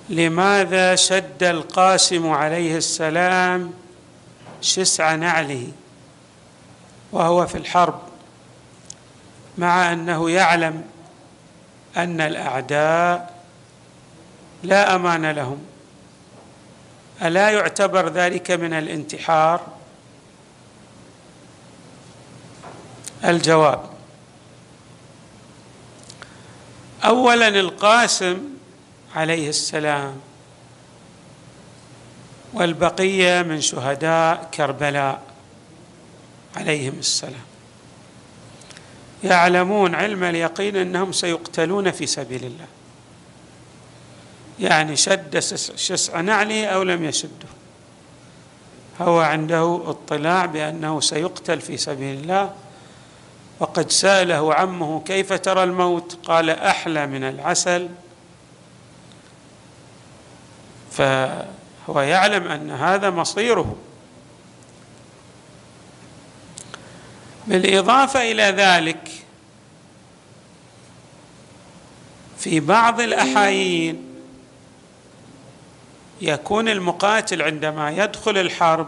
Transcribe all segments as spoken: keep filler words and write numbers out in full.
لماذا شد القاسم عليه السلام شسع نعله وهو في الحرب، مع أنه يعلم أن الأعداء لا أمان لهم؟ ألا يعتبر ذلك من الانتحار؟ الجواب: أولاً، القاسم عليه السلام والبقية من شهداء كربلاء عليهم السلام يعلمون علم اليقين أنهم سيقتلون في سبيل الله، يعني شد شسع نعله أو لم يشده، هو عنده اطلاع بأنه سيقتل في سبيل الله. وقد سأله عمه: كيف ترى الموت؟ قال: أحلى من العسل. فهو يعلم أن هذا مصيره. بالإضافة إلى ذلك، في بعض الأحايين يكون المقاتل عندما يدخل الحرب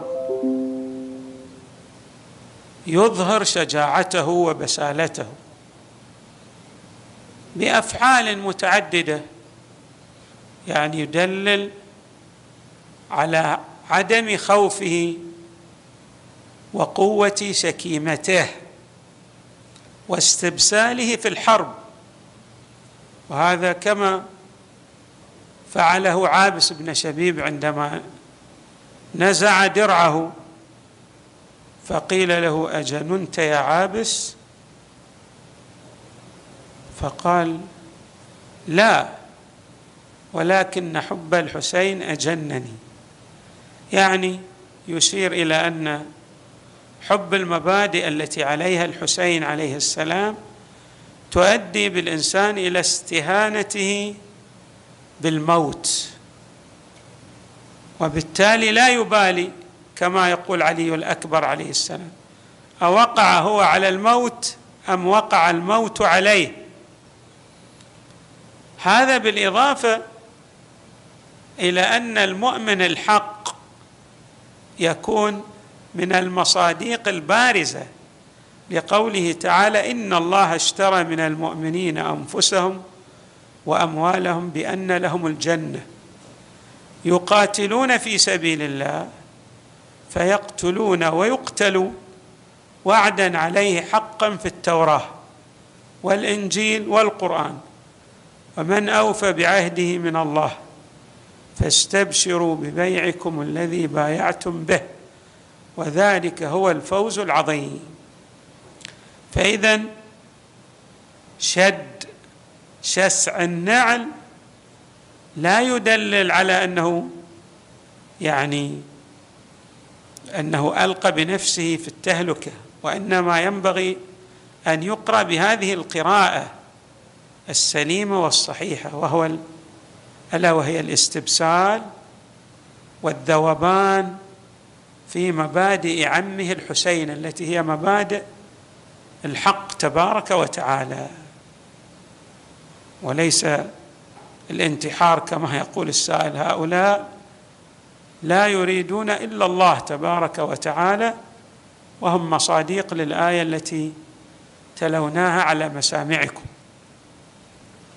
يظهر شجاعته وبسالته بأفعال متعددة، يعني يدلل على عدم خوفه وقوة شكيمته واستبساله في الحرب، وهذا كما فعله عابس بن شبيب عندما نزع درعه فقيل له: أجننت يا عابس؟ فقال: لا، ولكن حب الحسين أجنني، يعني يشير إلى أن حب المبادئ التي عليها الحسين عليه السلام تؤدي بالإنسان إلى استهانته بالموت، وبالتالي لا يبالي، كما يقول علي الأكبر عليه السلام: أوقع هو على الموت أم وقع الموت عليه؟ هذا بالإضافة إلى أن المؤمن الحق يكون من المصاديق البارزة لقوله تعالى: إن الله اشترى من المؤمنين أنفسهم وأموالهم بأن لهم الجنة يقاتلون في سبيل الله فيقتلون ويقتلوا وعدا عليه حقا في التوراة والإنجيل والقرآن، ومن أوفى بعهده من الله فاستبشروا ببيعكم الذي بايعتم به وذلك هو الفوز العظيم. فإذا شد شسع النعل لا يدلل على أنه يعني أنه ألقى بنفسه في التهلكة، وإنما ينبغي أن يقرأ بهذه القراءة السليمة والصحيحة، وهو ألا وهي الاستبسال والذوبان في مبادئ عمه الحسين التي هي مبادئ الحق تبارك وتعالى، وليس الانتحار كما يقول السائل. هؤلاء لا يريدون إلا الله تبارك وتعالى، وهم مصاديق للآية التي تلوناها على مسامعكم.